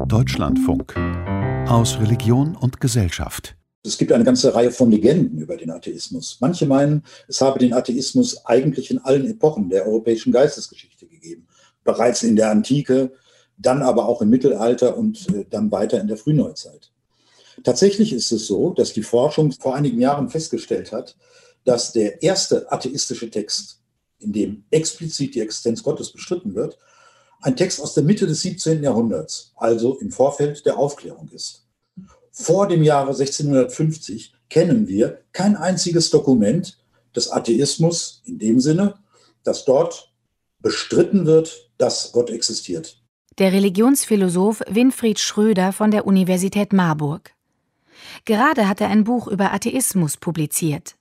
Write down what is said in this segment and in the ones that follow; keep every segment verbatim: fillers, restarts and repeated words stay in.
Deutschlandfunk. Aus Religion und Gesellschaft. Es gibt eine ganze Reihe von Legenden über den Atheismus. Manche meinen, es habe den Atheismus eigentlich in allen Epochen der europäischen Geistesgeschichte gegeben. Bereits in der Antike, dann aber auch im Mittelalter und dann weiter in der Frühneuzeit. Tatsächlich ist es so, dass die Forschung vor einigen Jahren festgestellt hat, dass der erste atheistische Text, in dem explizit die Existenz Gottes bestritten wird, ein Text aus der Mitte des siebzehnten Jahrhunderts, also im Vorfeld der Aufklärung ist. Vor dem Jahre sechzehnhundertfünfzig kennen wir kein einziges Dokument des Atheismus in dem Sinne, dass dort bestritten wird, dass Gott existiert. Der Religionsphilosoph Winfried Schröder von der Universität Marburg. Gerade hat er ein Buch über Atheismus publiziert.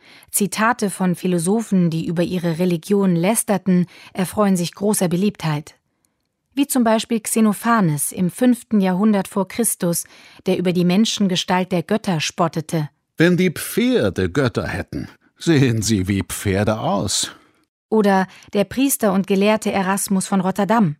Zitate von Philosophen, die über ihre Religion lästerten, erfreuen sich großer Beliebtheit. Wie zum Beispiel Xenophanes im fünften Jahrhundert vor Christus, der über die Menschengestalt der Götter spottete. Wenn die Pferde Götter hätten, sehen sie wie Pferde aus. Oder der Priester und Gelehrte Erasmus von Rotterdam.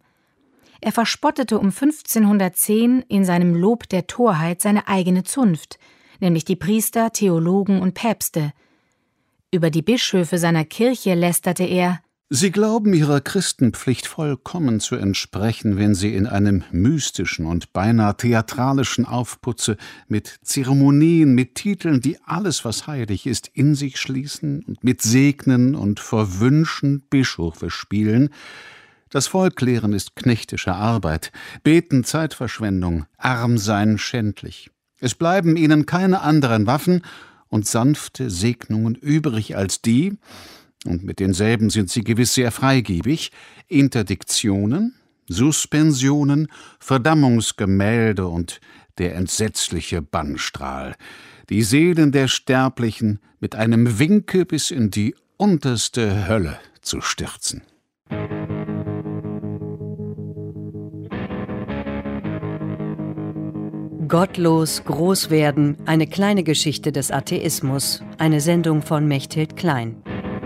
Er verspottete um fünfzehnhundertzehn in seinem Lob der Torheit seine eigene Zunft, nämlich die Priester, Theologen und Päpste. Über die Bischöfe seiner Kirche lästerte er: Sie glauben ihrer Christenpflicht vollkommen zu entsprechen, wenn sie in einem mystischen und beinahe theatralischen Aufputze mit Zeremonien, mit Titeln, die alles, was heilig ist, in sich schließen und mit Segnen und Verwünschen Bischöfe spielen. Das Volk lehren ist knechtische Arbeit, Beten Zeitverschwendung, Armsein schändlich. Es bleiben ihnen keine anderen Waffen und sanfte Segnungen übrig als die, und mit denselben sind sie gewiss sehr freigebig, Interdiktionen, Suspensionen, Verdammungsgemälde und der entsetzliche Bannstrahl, die Seelen der Sterblichen mit einem Winke bis in die unterste Hölle zu stürzen. Gottlos groß werden, eine kleine Geschichte des Atheismus, eine Sendung von Mechthild Klein.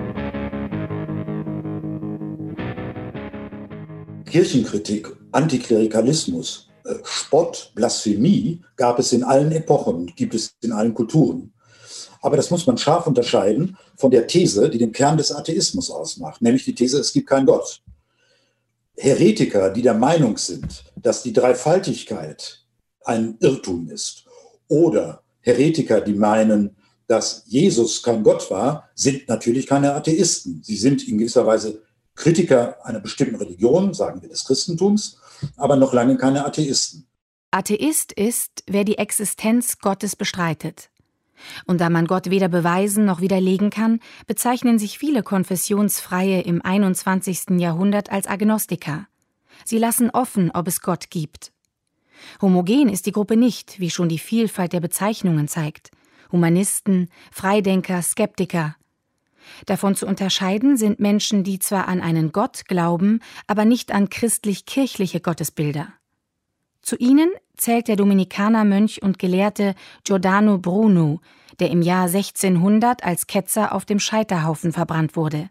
Kirchenkritik, Antiklerikalismus, Spott, Blasphemie gab es in allen Epochen, gibt es in allen Kulturen. Aber das muss man scharf unterscheiden von der These, die den Kern des Atheismus ausmacht, nämlich die These, es gibt keinen Gott. Heretiker, die der Meinung sind, dass die Dreifaltigkeit ein Irrtum ist, oder Heretiker, die meinen, dass Jesus kein Gott war, sind natürlich keine Atheisten. Sie sind in gewisser Weise Kritiker einer bestimmten Religion, sagen wir des Christentums, aber noch lange keine Atheisten. Atheist ist, wer die Existenz Gottes bestreitet. Und da man Gott weder beweisen noch widerlegen kann, bezeichnen sich viele Konfessionsfreie im einundzwanzigsten Jahrhundert als Agnostiker. Sie lassen offen, ob es Gott gibt. Homogen ist die Gruppe nicht, wie schon die Vielfalt der Bezeichnungen zeigt. Humanisten, Freidenker, Skeptiker. Davon zu unterscheiden sind Menschen, die zwar an einen Gott glauben, aber nicht an christlich-kirchliche Gottesbilder. Zu ihnen zählt der Dominikanermönch und Gelehrte Giordano Bruno, der im Jahr sechzehnhundert als Ketzer auf dem Scheiterhaufen verbrannt wurde.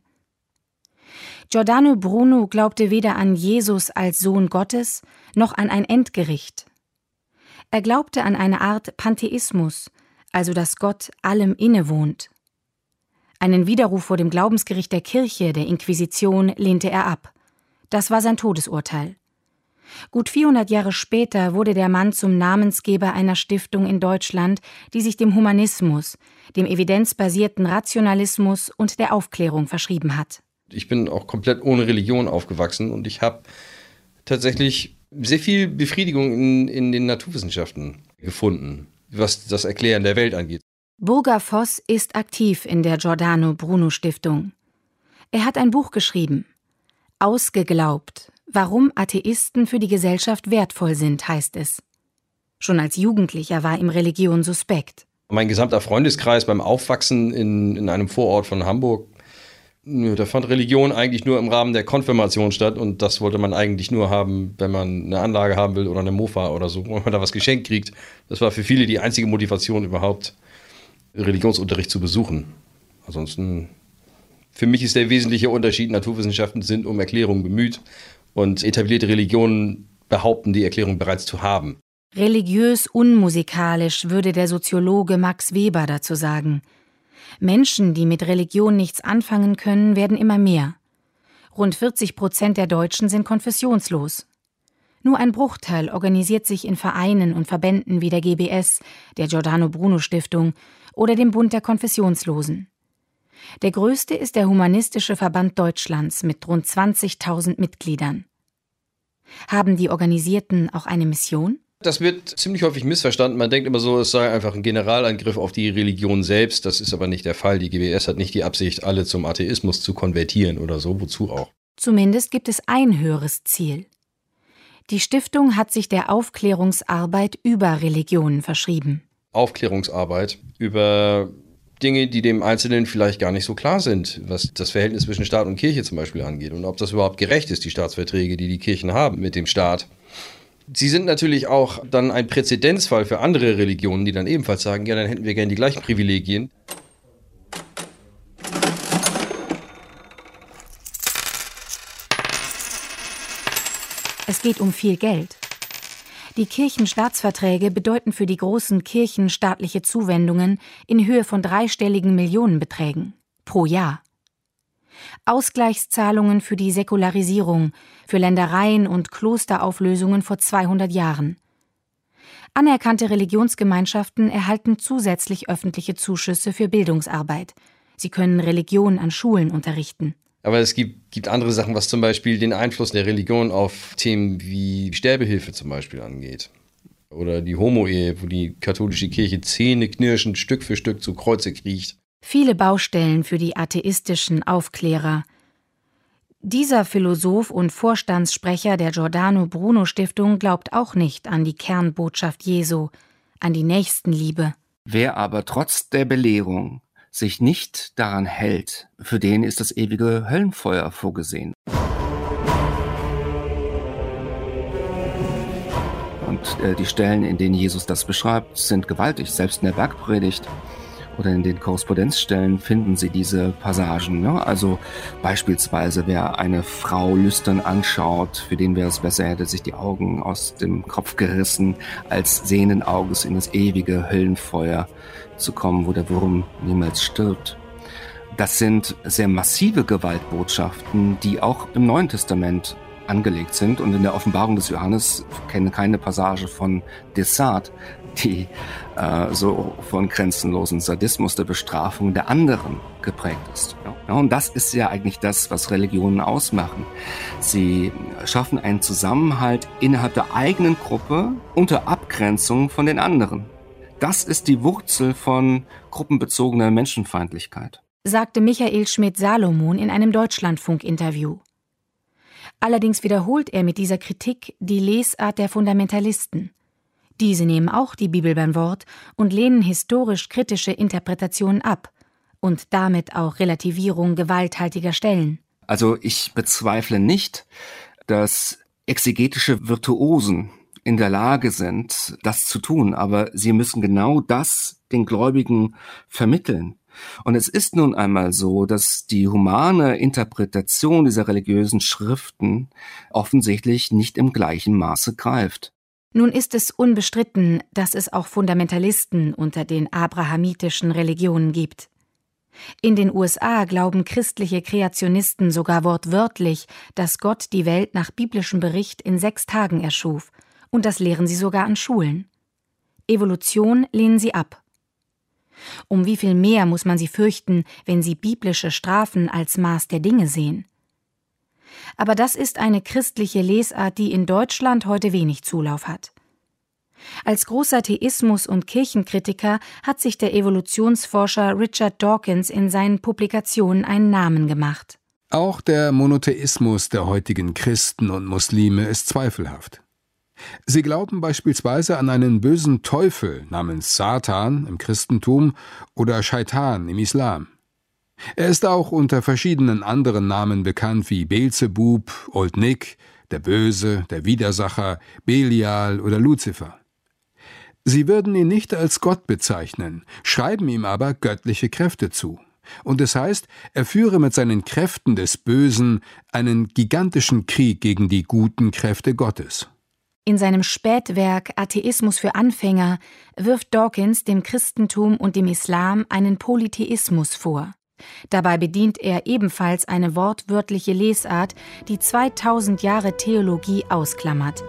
Giordano Bruno glaubte weder an Jesus als Sohn Gottes noch an ein Endgericht. Er glaubte an eine Art Pantheismus, also dass Gott allem innewohnt. Einen Widerruf vor dem Glaubensgericht der Kirche, der Inquisition, lehnte er ab. Das war sein Todesurteil. Gut vierhundert Jahre später wurde der Mann zum Namensgeber einer Stiftung in Deutschland, die sich dem Humanismus, dem evidenzbasierten Rationalismus und der Aufklärung verschrieben hat. Ich bin auch komplett ohne Religion aufgewachsen und ich habe tatsächlich sehr viel Befriedigung in, in den Naturwissenschaften gefunden, was das Erklären der Welt angeht. Burger Voss ist aktiv in der Giordano Bruno Stiftung. Er hat ein Buch geschrieben. Ausgeglaubt. Warum Atheisten für die Gesellschaft wertvoll sind, heißt es. Schon als Jugendlicher war ihm Religion suspekt. Mein gesamter Freundeskreis beim Aufwachsen in, in einem Vorort von Hamburg, da fand Religion eigentlich nur im Rahmen der Konfirmation statt und das wollte man eigentlich nur haben, wenn man eine Anlage haben will oder eine Mofa oder so, wo man da was geschenkt kriegt. Das war für viele die einzige Motivation überhaupt, Religionsunterricht zu besuchen. Ansonsten, für mich ist der wesentliche Unterschied, Naturwissenschaften sind um Erklärungen bemüht und etablierte Religionen behaupten, die Erklärung bereits zu haben. Religiös unmusikalisch, würde der Soziologe Max Weber dazu sagen. Menschen, die mit Religion nichts anfangen können, werden immer mehr. Rund vierzig Prozent der Deutschen sind konfessionslos. Nur ein Bruchteil organisiert sich in Vereinen und Verbänden wie der G B S, der Giordano Bruno Stiftung oder dem Bund der Konfessionslosen. Der größte ist der Humanistische Verband Deutschlands mit rund zwanzigtausend Mitgliedern. Haben die Organisierten auch eine Mission? Das wird ziemlich häufig missverstanden. Man denkt immer so, es sei einfach ein Generalangriff auf die Religion selbst. Das ist aber nicht der Fall. Die G B S hat nicht die Absicht, alle zum Atheismus zu konvertieren oder so. Wozu auch? Zumindest gibt es ein höheres Ziel. Die Stiftung hat sich der Aufklärungsarbeit über Religionen verschrieben. Aufklärungsarbeit über Dinge, die dem Einzelnen vielleicht gar nicht so klar sind, was das Verhältnis zwischen Staat und Kirche zum Beispiel angeht und ob das überhaupt gerecht ist, die Staatsverträge, die die Kirchen haben mit dem Staat. Sie sind natürlich auch dann ein Präzedenzfall für andere Religionen, die dann ebenfalls sagen, ja, dann hätten wir gerne die gleichen Privilegien. Es geht um viel Geld. Die Kirchenstaatsverträge bedeuten für die großen Kirchen staatliche Zuwendungen in Höhe von dreistelligen Millionenbeträgen pro Jahr. Ausgleichszahlungen für die Säkularisierung, für Ländereien und Klosterauflösungen vor zweihundert Jahren. Anerkannte Religionsgemeinschaften erhalten zusätzlich öffentliche Zuschüsse für Bildungsarbeit. Sie können Religion an Schulen unterrichten. Aber es gibt, gibt andere Sachen, was zum Beispiel den Einfluss der Religion auf Themen wie Sterbehilfe zum Beispiel angeht. Oder die Homo-Ehe, wo die katholische Kirche zähneknirschend Stück für Stück zu Kreuze kriecht. Viele Baustellen für die atheistischen Aufklärer. Dieser Philosoph und Vorstandssprecher der Giordano Bruno Stiftung glaubt auch nicht an die Kernbotschaft Jesu, an die Nächstenliebe. Wer aber trotz der Belehrung sich nicht daran hält, für den ist das ewige Höllenfeuer vorgesehen. Und äh, die Stellen, in denen Jesus das beschreibt, sind gewaltig. Selbst in der Bergpredigt oder in den Korrespondenzstellen finden Sie diese Passagen. Ne? Also beispielsweise, wer eine Frau lüstern anschaut, für den wäre es besser, hätte sich die Augen aus dem Kopf gerissen, als sehenden Auges in das ewige Höllenfeuer zu kommen, wo der Wurm niemals stirbt. Das sind sehr massive Gewaltbotschaften, die auch im Neuen Testament angelegt sind. Und in der Offenbarung des Johannes kennen keine Passage von Desart, die äh, so von grenzenlosen Sadismus der Bestrafung der anderen geprägt ist. Ja, und das ist ja eigentlich das, was Religionen ausmachen. Sie schaffen einen Zusammenhalt innerhalb der eigenen Gruppe unter Abgrenzung von den anderen. Das ist die Wurzel von gruppenbezogener Menschenfeindlichkeit, sagte Michael Schmidt-Salomon in einem Deutschlandfunk-Interview. Allerdings wiederholt er mit dieser Kritik die Lesart der Fundamentalisten. Diese nehmen auch die Bibel beim Wort und lehnen historisch-kritische Interpretationen ab und damit auch Relativierung gewalthaltiger Stellen. Also ich bezweifle nicht, dass exegetische Virtuosen in der Lage sind, das zu tun, aber sie müssen genau das den Gläubigen vermitteln. Und es ist nun einmal so, dass die humane Interpretation dieser religiösen Schriften offensichtlich nicht im gleichen Maße greift. Nun ist es unbestritten, dass es auch Fundamentalisten unter den abrahamitischen Religionen gibt. In den U S A glauben christliche Kreationisten sogar wortwörtlich, dass Gott die Welt nach biblischem Bericht in sechs Tagen erschuf. Und das lehren sie sogar an Schulen. Evolution lehnen sie ab. Um wie viel mehr muss man sie fürchten, wenn sie biblische Strafen als Maß der Dinge sehen? Aber das ist eine christliche Lesart, die in Deutschland heute wenig Zulauf hat. Als großer Theismus- und Kirchenkritiker hat sich der Evolutionsforscher Richard Dawkins in seinen Publikationen einen Namen gemacht. Auch der Monotheismus der heutigen Christen und Muslime ist zweifelhaft. Sie glauben beispielsweise an einen bösen Teufel namens Satan im Christentum oder Scheitan im Islam. Er ist auch unter verschiedenen anderen Namen bekannt wie Beelzebub, Old Nick, der Böse, der Widersacher, Belial oder Luzifer. Sie würden ihn nicht als Gott bezeichnen, schreiben ihm aber göttliche Kräfte zu. Und es heißt, er führe mit seinen Kräften des Bösen einen gigantischen Krieg gegen die guten Kräfte Gottes. In seinem Spätwerk Atheismus für Anfänger wirft Dawkins dem Christentum und dem Islam einen Polytheismus vor. Dabei bedient er ebenfalls eine wortwörtliche Lesart, die zweitausend Jahre Theologie ausklammert.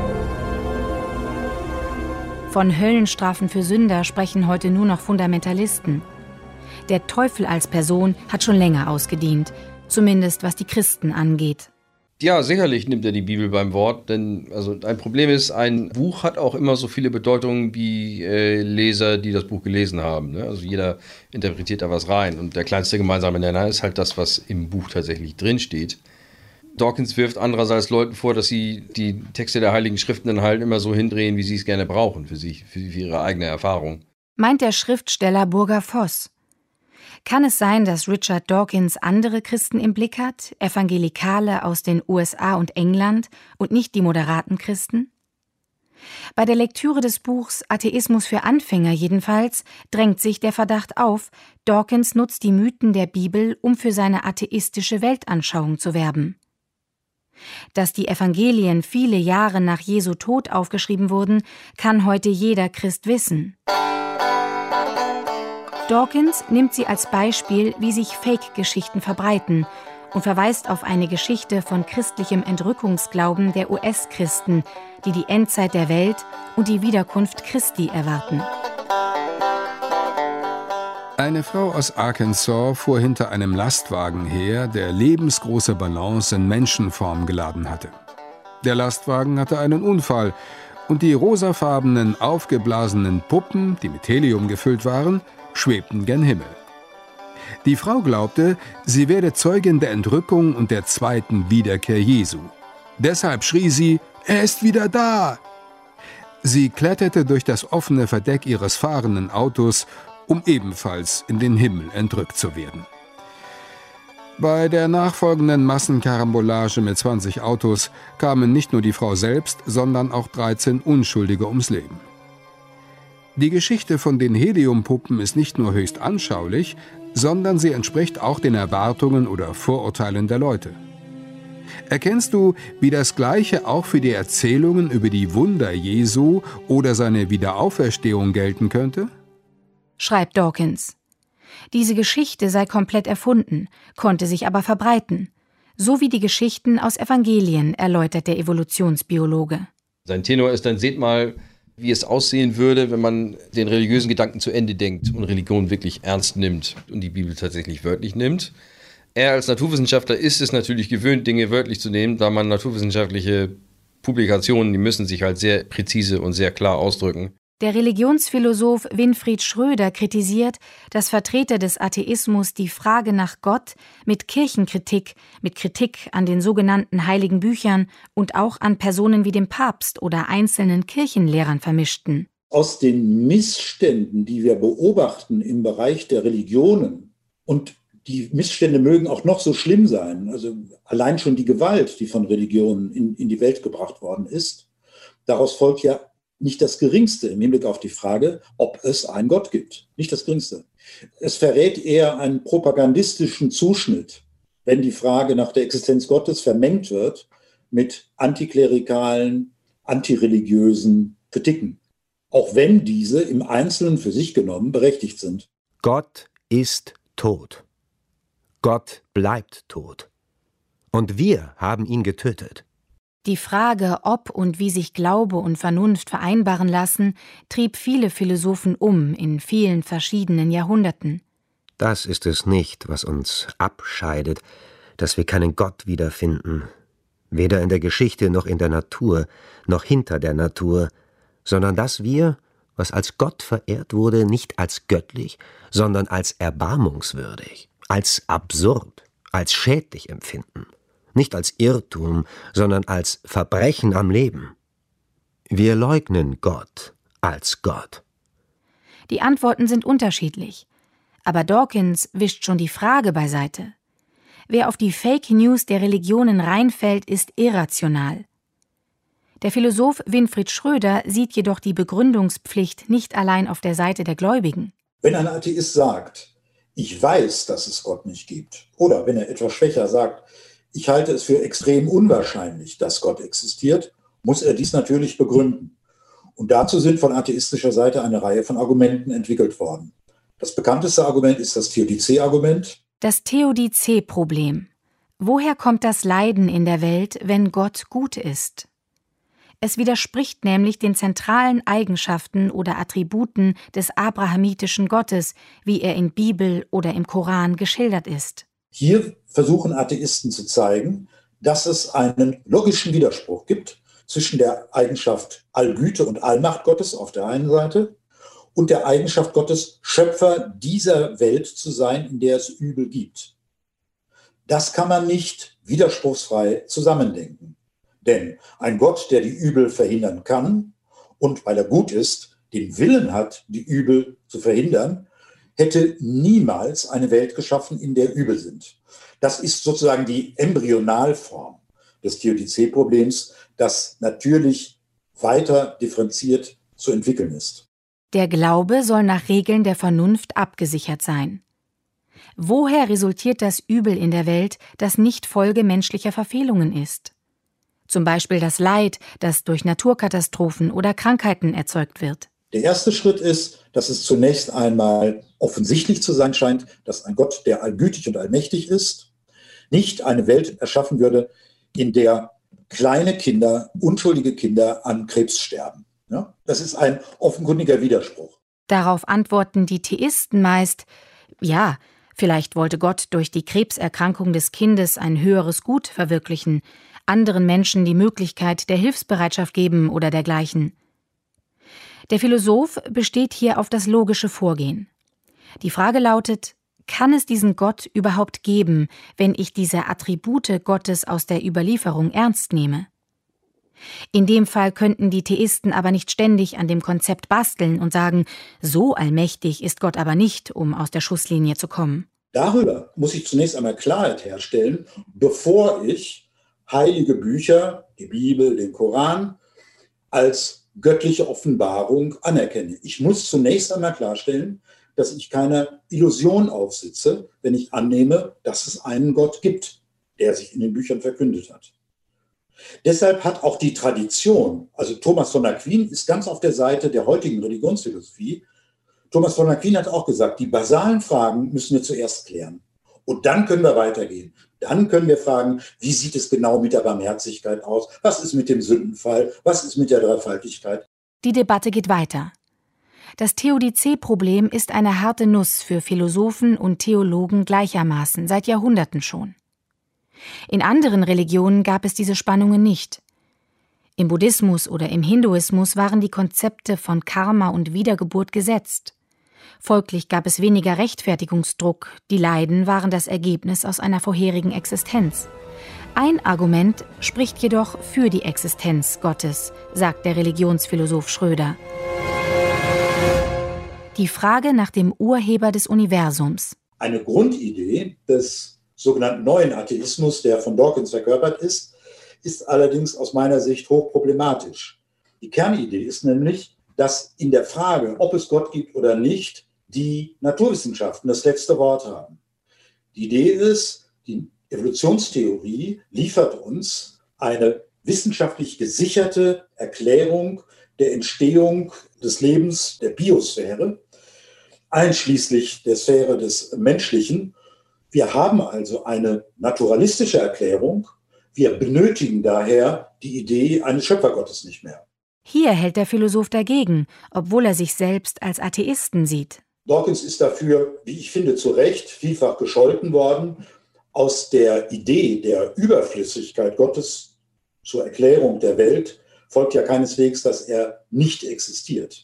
Von Höllenstrafen für Sünder sprechen heute nur noch Fundamentalisten. Der Teufel als Person hat schon länger ausgedient, zumindest was die Christen angeht. Ja, sicherlich nimmt er die Bibel beim Wort, denn also ein Problem ist, ein Buch hat auch immer so viele Bedeutungen wie äh, Leser, die das Buch gelesen haben. Ne? Also jeder interpretiert da was rein und der kleinste gemeinsame Nenner ist halt das, was im Buch tatsächlich drinsteht. Dawkins wirft andererseits Leuten vor, dass sie die Texte der Heiligen Schriften dann halt immer so hindrehen, wie sie es gerne brauchen, für sich, für, für ihre eigene Erfahrung. Meint der Schriftsteller Burger Voss. Kann es sein, dass Richard Dawkins andere Christen im Blick hat, Evangelikale aus den U S A und England und nicht die moderaten Christen? Bei der Lektüre des Buchs Atheismus für Anfänger jedenfalls drängt sich der Verdacht auf, Dawkins nutzt die Mythen der Bibel, um für seine atheistische Weltanschauung zu werben. Dass die Evangelien viele Jahre nach Jesu Tod aufgeschrieben wurden, kann heute jeder Christ wissen. Dawkins nimmt sie als Beispiel, wie sich Fake-Geschichten verbreiten und verweist auf eine Geschichte von christlichem Entrückungsglauben der U S-Christen, die die Endzeit der Welt und die Wiederkunft Christi erwarten. Eine Frau aus Arkansas fuhr hinter einem Lastwagen her, der lebensgroße Ballons in Menschenform geladen hatte. Der Lastwagen hatte einen Unfall und die rosafarbenen, aufgeblasenen Puppen, die mit Helium gefüllt waren, schwebten gen Himmel. Die Frau glaubte, sie werde Zeugin der Entrückung und der zweiten Wiederkehr Jesu. Deshalb schrie sie, er ist wieder da! Sie kletterte durch das offene Verdeck ihres fahrenden Autos, um ebenfalls in den Himmel entrückt zu werden. Bei der nachfolgenden Massenkarambolage mit zwanzig Autos kamen nicht nur die Frau selbst, sondern auch dreizehn Unschuldige ums Leben. Die Geschichte von den Heliumpuppen ist nicht nur höchst anschaulich, sondern sie entspricht auch den Erwartungen oder Vorurteilen der Leute. Erkennst du, wie das Gleiche auch für die Erzählungen über die Wunder Jesu oder seine Wiederauferstehung gelten könnte? Schreibt Dawkins. Diese Geschichte sei komplett erfunden, konnte sich aber verbreiten. So wie die Geschichten aus Evangelien, erläutert der Evolutionsbiologe. Sein Tenor ist dann, seht mal, wie es aussehen würde, wenn man den religiösen Gedanken zu Ende denkt und Religion wirklich ernst nimmt und die Bibel tatsächlich wörtlich nimmt. Er als Naturwissenschaftler ist es natürlich gewöhnt, Dinge wörtlich zu nehmen, da man naturwissenschaftliche Publikationen, die müssen sich halt sehr präzise und sehr klar ausdrücken. Der Religionsphilosoph Winfried Schröder kritisiert, dass Vertreter des Atheismus die Frage nach Gott mit Kirchenkritik, mit Kritik an den sogenannten heiligen Büchern und auch an Personen wie dem Papst oder einzelnen Kirchenlehrern vermischten. Aus den Missständen, die wir beobachten im Bereich der Religionen, und die Missstände mögen auch noch so schlimm sein, also allein schon die Gewalt, die von Religionen in, in die Welt gebracht worden ist, daraus folgt ja nicht das Geringste im Hinblick auf die Frage, ob es einen Gott gibt. Nicht das Geringste. Es verrät eher einen propagandistischen Zuschnitt, wenn die Frage nach der Existenz Gottes vermengt wird mit antiklerikalen, antireligiösen Kritiken. Auch wenn diese im Einzelnen für sich genommen berechtigt sind. Gott ist tot. Gott bleibt tot. Und wir haben ihn getötet. Die Frage, ob und wie sich Glaube und Vernunft vereinbaren lassen, trieb viele Philosophen um in vielen verschiedenen Jahrhunderten. Das ist es nicht, was uns abscheidet, dass wir keinen Gott wiederfinden, weder in der Geschichte noch in der Natur, noch hinter der Natur, sondern dass wir, was als Gott verehrt wurde, nicht als göttlich, sondern als erbarmungswürdig, als absurd, als schädlich empfinden. Nicht als Irrtum, sondern als Verbrechen am Leben. Wir leugnen Gott als Gott. Die Antworten sind unterschiedlich. Aber Dawkins wischt schon die Frage beiseite. Wer auf die Fake News der Religionen reinfällt, ist irrational. Der Philosoph Winfried Schröder sieht jedoch die Begründungspflicht nicht allein auf der Seite der Gläubigen. Wenn ein Atheist sagt, ich weiß, dass es Gott nicht gibt, oder wenn er etwas schwächer sagt, ich halte es für extrem unwahrscheinlich, dass Gott existiert, muss er dies natürlich begründen. Und dazu sind von atheistischer Seite eine Reihe von Argumenten entwickelt worden. Das bekannteste Argument ist das Theodizee-Argument. Das Theodizee-Problem. Woher kommt das Leiden in der Welt, wenn Gott gut ist? Es widerspricht nämlich den zentralen Eigenschaften oder Attributen des abrahamitischen Gottes, wie er in Bibel oder im Koran geschildert ist. Hier versuchen Atheisten zu zeigen, dass es einen logischen Widerspruch gibt zwischen der Eigenschaft Allgüte und Allmacht Gottes auf der einen Seite und der Eigenschaft Gottes, Schöpfer dieser Welt zu sein, in der es Übel gibt. Das kann man nicht widerspruchsfrei zusammendenken. Denn ein Gott, der die Übel verhindern kann und, weil er gut ist, den Willen hat, die Übel zu verhindern, hätte niemals eine Welt geschaffen, in der Übel sind. Das ist sozusagen die Embryonalform des Theodizee-Problems, das natürlich weiter differenziert zu entwickeln ist. Der Glaube soll nach Regeln der Vernunft abgesichert sein. Woher resultiert das Übel in der Welt, das nicht Folge menschlicher Verfehlungen ist? Zum Beispiel das Leid, das durch Naturkatastrophen oder Krankheiten erzeugt wird. Der erste Schritt ist, dass es zunächst einmal offensichtlich zu sein scheint, dass ein Gott, der allgütig und allmächtig ist, nicht eine Welt erschaffen würde, in der kleine Kinder, unschuldige Kinder an Krebs sterben. Ja? Das ist ein offenkundiger Widerspruch. Darauf antworten die Theisten meist, ja, vielleicht wollte Gott durch die Krebserkrankung des Kindes ein höheres Gut verwirklichen, anderen Menschen die Möglichkeit der Hilfsbereitschaft geben oder dergleichen. Der Philosoph besteht hier auf das logische Vorgehen. Die Frage lautet, kann es diesen Gott überhaupt geben, wenn ich diese Attribute Gottes aus der Überlieferung ernst nehme? In dem Fall könnten die Theisten aber nicht ständig an dem Konzept basteln und sagen, so allmächtig ist Gott aber nicht, um aus der Schusslinie zu kommen. Darüber muss ich zunächst einmal Klarheit herstellen, bevor ich heilige Bücher, die Bibel, den Koran, als göttliche Offenbarung anerkenne. Ich muss zunächst einmal klarstellen, dass ich keine Illusion aufsitze, wenn ich annehme, dass es einen Gott gibt, der sich in den Büchern verkündet hat. Deshalb hat auch die Tradition, also Thomas von Aquin ist ganz auf der Seite der heutigen Religionsphilosophie. Thomas von Aquin hat auch gesagt, die basalen Fragen müssen wir zuerst klären. Und dann können wir weitergehen. Dann können wir fragen, wie sieht es genau mit der Barmherzigkeit aus? Was ist mit dem Sündenfall? Was ist mit der Dreifaltigkeit? Die Debatte geht weiter. Das Theodizee-Problem ist eine harte Nuss für Philosophen und Theologen gleichermaßen, seit Jahrhunderten schon. In anderen Religionen gab es diese Spannungen nicht. Im Buddhismus oder im Hinduismus waren die Konzepte von Karma und Wiedergeburt gesetzt. Folglich gab es weniger Rechtfertigungsdruck, die Leiden waren das Ergebnis aus einer vorherigen Existenz. Ein Argument spricht jedoch für die Existenz Gottes, sagt der Religionsphilosoph Schröder. Die Frage nach dem Urheber des Universums. Eine Grundidee des sogenannten neuen Atheismus, der von Dawkins verkörpert ist, ist allerdings aus meiner Sicht hochproblematisch. Die Kernidee ist nämlich, dass in der Frage, ob es Gott gibt oder nicht, die Naturwissenschaften das letzte Wort haben. Die Idee ist, die Evolutionstheorie liefert uns eine wissenschaftlich gesicherte Erklärung der Entstehung des Lebens der Biosphäre, einschließlich der Sphäre des Menschlichen. Wir haben also eine naturalistische Erklärung. Wir benötigen daher die Idee eines Schöpfergottes nicht mehr. Hier hält der Philosoph dagegen, obwohl er sich selbst als Atheisten sieht. Dawkins ist dafür, wie ich finde, zu Recht vielfach gescholten worden. Aus der Idee der Überflüssigkeit Gottes zur Erklärung der Welt folgt ja keineswegs, dass er nicht existiert.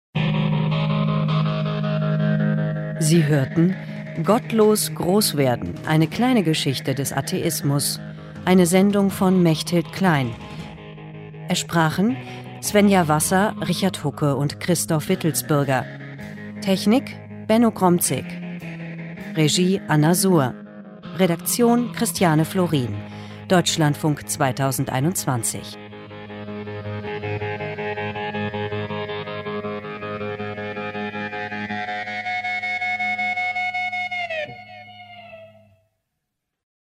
Sie hörten Gottlos groß werden, eine kleine Geschichte des Atheismus, eine Sendung von Mechthild Klein. Es sprachen Svenja Wasser, Richard Hucke und Christoph Wittelsbürger. Technik Benno Gromzig. Regie Anna Suhr. Redaktion Christiane Florin. Deutschlandfunk zweitausendeinundzwanzig.